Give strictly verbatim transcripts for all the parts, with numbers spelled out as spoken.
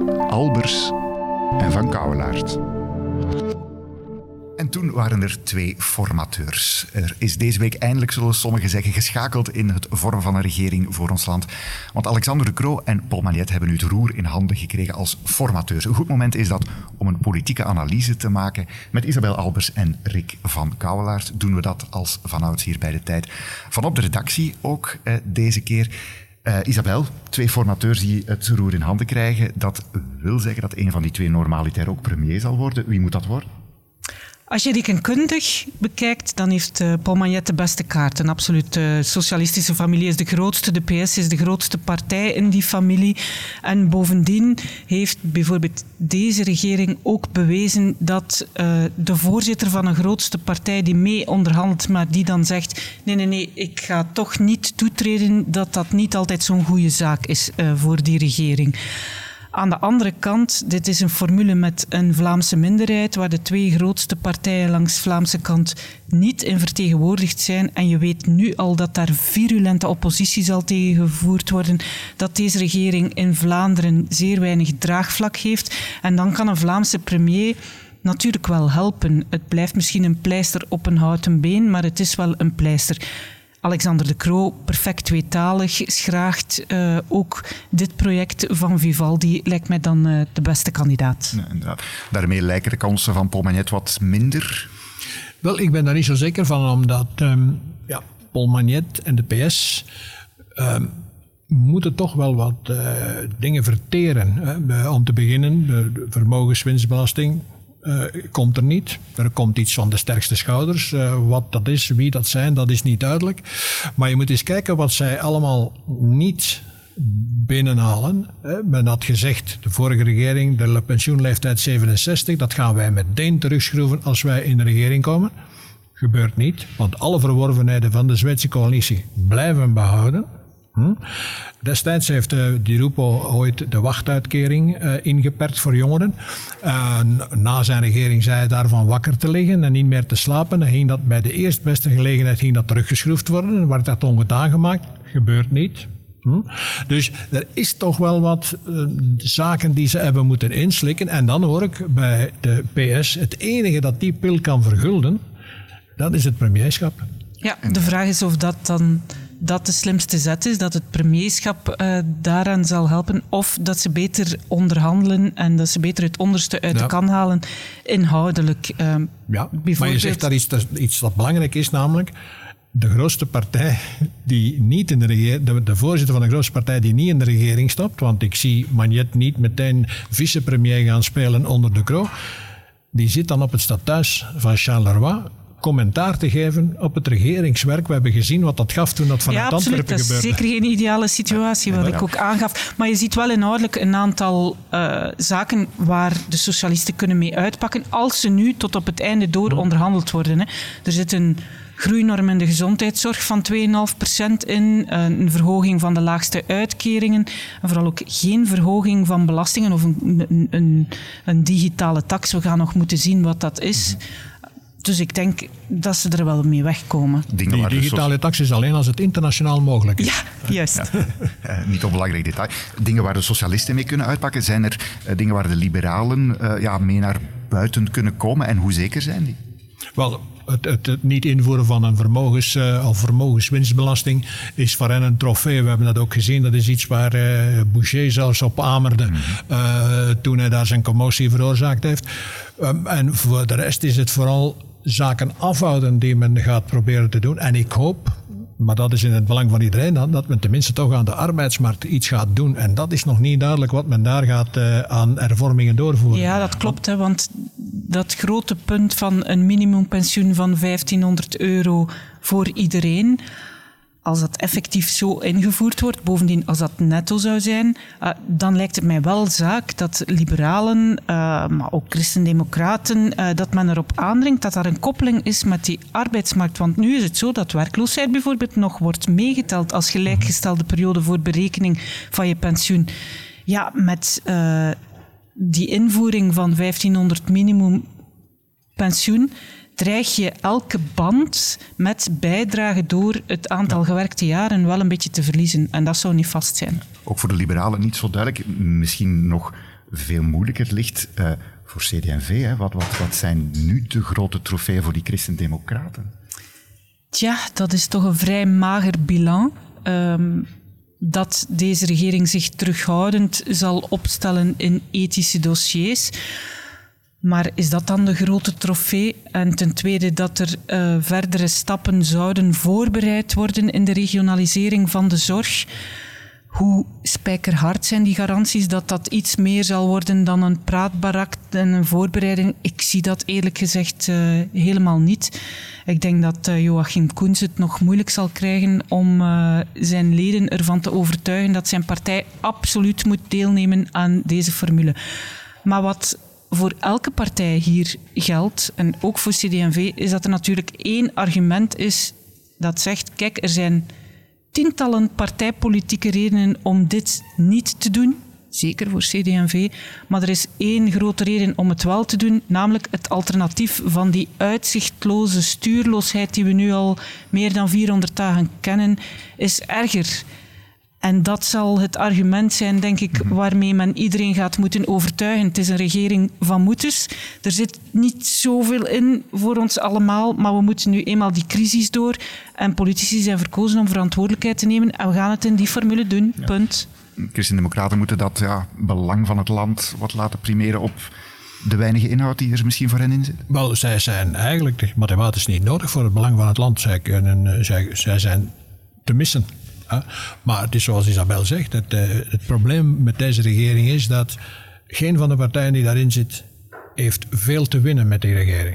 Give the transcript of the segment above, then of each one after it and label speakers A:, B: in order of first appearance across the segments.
A: Albers en Van Kouwelaert. En toen waren er twee formateurs. Er is deze week eindelijk, zullen sommigen zeggen, geschakeld in het vormen van een regering voor ons land. Want Alexander De Croo en Paul Magnet hebben nu het roer in handen gekregen als formateurs. Een goed moment is dat om een politieke analyse te maken. Met Isabel Albers en Rick Van Kouwelaert doen we dat als vanouds hier bij De Tijd. Van op de redactie ook eh, deze keer. Uh, Isabel, twee formateurs die het roer in handen krijgen. Dat wil zeggen dat een van die twee normalitair ook premier zal worden. Wie moet dat worden?
B: Als je rekenkundig bekijkt, dan heeft uh, Paul Magnet de beste kaart. Een absoluut uh, socialistische familie is de grootste. De P S is de grootste partij in die familie. En bovendien heeft bijvoorbeeld deze regering ook bewezen dat uh, de voorzitter van een grootste partij die mee onderhandelt, maar die dan zegt, nee, nee, nee, ik ga toch niet toetreden, dat dat niet altijd zo'n goede zaak is uh, voor die regering. Aan de andere kant, dit is een formule met een Vlaamse minderheid waar de twee grootste partijen langs de Vlaamse kant niet in vertegenwoordigd zijn. En je weet nu al dat daar virulente oppositie zal tegengevoerd worden, dat deze regering in Vlaanderen zeer weinig draagvlak heeft. En dan kan een Vlaamse premier natuurlijk wel helpen. Het blijft misschien een pleister op een houten been, maar het is wel een pleister. Alexander De Croo, perfect tweetalig, schraagt uh, ook dit project van Vivaldi, lijkt mij dan uh, de beste kandidaat.
A: Ja, inderdaad. Daarmee lijken de kansen van Paul Magnet wat minder.
C: Wel, ik ben daar niet zo zeker van, omdat um, ja, Paul Magnet en de P S um, moeten toch wel wat uh, dingen verteren. Hè. Om te beginnen, de vermogenswinstbelasting. Uh, komt er niet. Er komt iets van de sterkste schouders. Uh, wat dat is, wie dat zijn, dat is niet duidelijk. Maar je moet eens kijken wat zij allemaal niet binnenhalen. Uh, men had gezegd, de vorige regering, de pensioenleeftijd zevenenzestig, dat gaan wij meteen terugschroeven als wij in de regering komen. Gebeurt niet, want alle verworvenheden van de Zweedse coalitie blijven behouden. Hm? Destijds heeft uh, Di Rupo ooit de wachtuitkering uh, ingeperkt voor jongeren. Uh, na zijn regering zei hij daarvan wakker te liggen en niet meer te slapen. Dan ging dat bij de eerstbeste gelegenheid ging dat teruggeschroefd worden. En werd dat ongedaan gemaakt. Gebeurt niet. Hm? Dus er is toch wel wat uh, zaken die ze hebben moeten inslikken. En dan hoor ik bij de P S, het enige dat die pil kan vergulden, dat is het premierschap.
B: Ja, de vraag is of dat dan dat de slimste zet is, dat het premierschap uh, daaraan zal helpen, of dat ze beter onderhandelen en dat ze beter het onderste uit ja. de kan halen, inhoudelijk. Uh,
C: ja, maar je zegt daar iets, iets dat belangrijk is, namelijk de grootste partij die niet in de regering, de, de voorzitter van de grootste partij die niet in de regering stapt, want ik zie Magnet niet meteen vicepremier gaan spelen onder De Croo, die zit dan op het stadhuis van Charleroi commentaar te geven op het regeringswerk. We hebben gezien wat dat gaf toen dat vanuit
B: ja,
C: Antwerpen gebeurde.
B: Ja, absoluut. Dat is zeker geen ideale situatie, wat ja, ja. ik ook aangaf. Maar je ziet wel inhoudelijk een aantal uh, zaken waar de socialisten kunnen mee uitpakken, als ze nu tot op het einde door onderhandeld worden. Hè. Er zit een groeinorm in de gezondheidszorg van twee komma vijf procent in, een verhoging van de laagste uitkeringen en vooral ook geen verhoging van belastingen of een, een, een, een digitale tax. We gaan nog moeten zien wat dat is. Mm-hmm. Dus ik denk dat ze er wel mee wegkomen.
C: Dingen die digitale tax is alleen als het internationaal mogelijk is.
B: Ja, juist.
A: Ja. Uh, niet onbelangrijk detail. Dingen waar de socialisten mee kunnen uitpakken, zijn er uh, dingen waar de liberalen uh, ja, mee naar buiten kunnen komen? En hoe zeker zijn die?
C: Wel, het, het, het niet invoeren van een vermogens, uh, of vermogenswinstbelasting is voor hen een trofee. We hebben dat ook gezien. Dat is iets waar uh, Boucher zelfs op amerde mm-hmm. uh, toen hij daar zijn commotie veroorzaakt heeft. Um, en voor de rest is het vooral zaken afhouden die men gaat proberen te doen. En ik hoop, maar dat is in het belang van iedereen dan, dat men tenminste toch aan de arbeidsmarkt iets gaat doen. En dat is nog niet duidelijk wat men daar gaat uh, aan hervormingen doorvoeren.
B: Ja, dat klopt, hè, want dat grote punt van een minimumpensioen van vijftienhonderd euro voor iedereen, als dat effectief zo ingevoerd wordt, bovendien als dat netto zou zijn, uh, dan lijkt het mij wel zaak dat liberalen, uh, maar ook christendemocraten, uh, dat men erop aandringt dat daar een koppeling is met die arbeidsmarkt. Want nu is het zo dat werkloosheid bijvoorbeeld nog wordt meegeteld als gelijkgestelde periode voor berekening van je pensioen. Ja, met uh, die invoering van vijftienhonderd minimum pensioen dreig je elke band met bijdragen door het aantal ja. gewerkte jaren wel een beetje te verliezen. En dat zou niet vast zijn.
A: Ook voor de liberalen niet zo duidelijk. Misschien nog veel moeilijker ligt uh, voor C D en V. Hè. Wat, wat, wat zijn nu de grote trofeeën voor die christendemocraten?
B: Tja, dat is toch een vrij mager bilan. Um, dat deze regering zich terughoudend zal opstellen in ethische dossiers. Maar is dat dan de grote trofee? En ten tweede dat er uh, verdere stappen zouden voorbereid worden in de regionalisering van de zorg. Hoe spijkerhard zijn die garanties dat dat iets meer zal worden dan een praatbarak en een voorbereiding? Ik zie dat eerlijk gezegd uh, helemaal niet. Ik denk dat uh, Joachim Koens het nog moeilijk zal krijgen om uh, zijn leden ervan te overtuigen dat zijn partij absoluut moet deelnemen aan deze formule. Maar wat voor elke partij hier geldt, en ook voor C D en V, is dat er natuurlijk één argument is dat zegt, kijk, er zijn tientallen partijpolitieke redenen om dit niet te doen, zeker voor C D en V, maar er is één grote reden om het wel te doen, namelijk het alternatief van die uitzichtloze stuurloosheid die we nu al meer dan vierhonderd dagen kennen, is erger. En dat zal het argument zijn, denk ik, waarmee men iedereen gaat moeten overtuigen. Het is een regering van moeders. Er zit niet zoveel in voor ons allemaal, maar we moeten nu eenmaal die crisis door. En politici zijn verkozen om verantwoordelijkheid te nemen. En we gaan het in die formule doen. Ja. Punt.
A: Christen-democraten moeten dat ja, belang van het land wat laten primeren op de weinige inhoud die er misschien voor hen in zit?
C: Wel, zij zijn eigenlijk mathematisch niet nodig voor het belang van het land. Zij, kunnen, zij, zij zijn te missen. Maar het is zoals Isabel zegt, het, het probleem met deze regering is dat geen van de partijen die daarin zit heeft veel te winnen met die regering.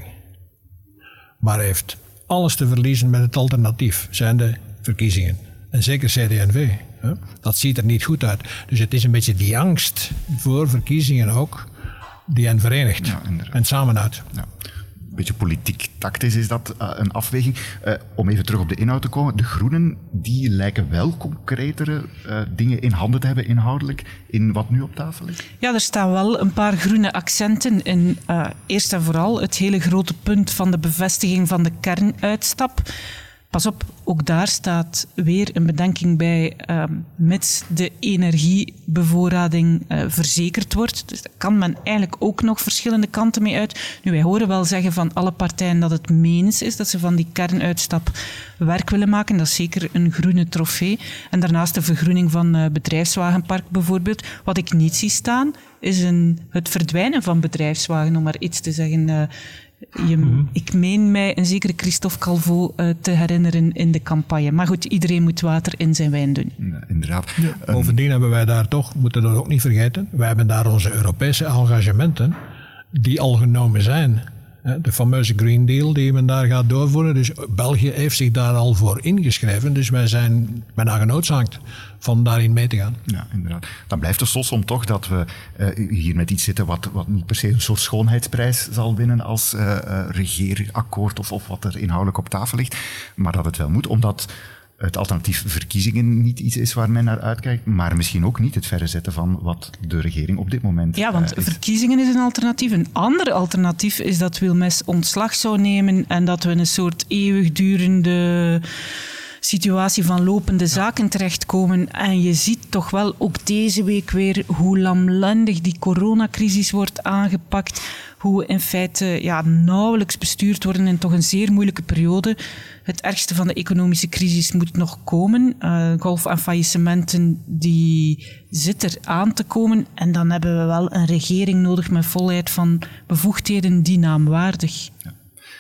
C: Maar heeft alles te verliezen met het alternatief, zijn de verkiezingen. En zeker C D en V. Dat ziet er niet goed uit. Dus het is een beetje die angst voor verkiezingen ook die hen verenigt ja, en samenhoudt.
A: Ja. Een beetje politiek tactisch is dat uh, een afweging. Uh, om even terug op de inhoud te komen. De Groenen die lijken wel concretere uh, dingen in handen te hebben inhoudelijk in wat nu op tafel ligt.
B: Ja, er staan wel een paar groene accenten in. Uh, eerst en vooral het hele grote punt van de bevestiging van de kernuitstap. Pas op, ook daar staat weer een bedenking bij, uh, mits de energiebevoorrading uh, verzekerd wordt. Dus daar kan men eigenlijk ook nog verschillende kanten mee uit. Nu, wij horen wel zeggen van alle partijen dat het menens is, dat ze van die kernuitstap werk willen maken. Dat is zeker een groene trofee. En daarnaast de vergroening van uh, bedrijfswagenpark bijvoorbeeld. Wat ik niet zie staan, is een, het verdwijnen van bedrijfswagen, om maar iets te zeggen. Uh, Je, mm-hmm. Ik meen mij een zekere Christophe Calvo uh, te herinneren in de campagne. Maar goed, iedereen moet water in zijn wijn doen.
A: Ja, inderdaad.
C: Ja, um, bovendien hebben wij daar toch, moeten we dat ook niet vergeten, wij hebben daar onze Europese engagementen die al genomen zijn. De fameuze Green Deal die men daar gaat doorvoeren. Dus België heeft zich daar al voor ingeschreven. Dus wij zijn bijna genoodzaakt van daarin mee te gaan.
A: Ja, inderdaad. Dan blijft het soms om toch dat we uh, hier met iets zitten wat, wat niet per se een soort schoonheidsprijs zal winnen als uh, uh, regeerakkoord of, of wat er inhoudelijk op tafel ligt. Maar dat het wel moet, omdat het alternatief verkiezingen niet iets is waar men naar uitkijkt, maar misschien ook niet het verre zetten van wat de regering op dit moment
B: Ja, want
A: uh,
B: verkiezingen is een alternatief. Een ander alternatief is dat Wilmès ontslag zou nemen en dat we een soort eeuwigdurende situatie van lopende zaken terechtkomen. En je ziet toch wel ook deze week weer hoe lamlendig die coronacrisis wordt aangepakt. Hoe we in feite ja, nauwelijks bestuurd worden in toch een zeer moeilijke periode. Het ergste van de economische crisis moet nog komen. Uh, golf aan faillissementen die zit er aan te komen. En dan hebben we wel een regering nodig met volheid van bevoegdheden die naamwaardig.
A: Ja.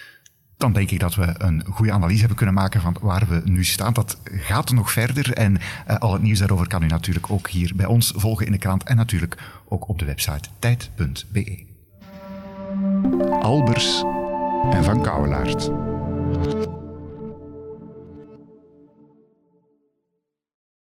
A: Dan denk ik dat we een goede analyse hebben kunnen maken van waar we nu staan. Dat gaat nog verder en uh, al het nieuws daarover kan u natuurlijk ook hier bij ons volgen in de krant en natuurlijk ook op de website tijd punt b e. Albers en Van Kouwelaert.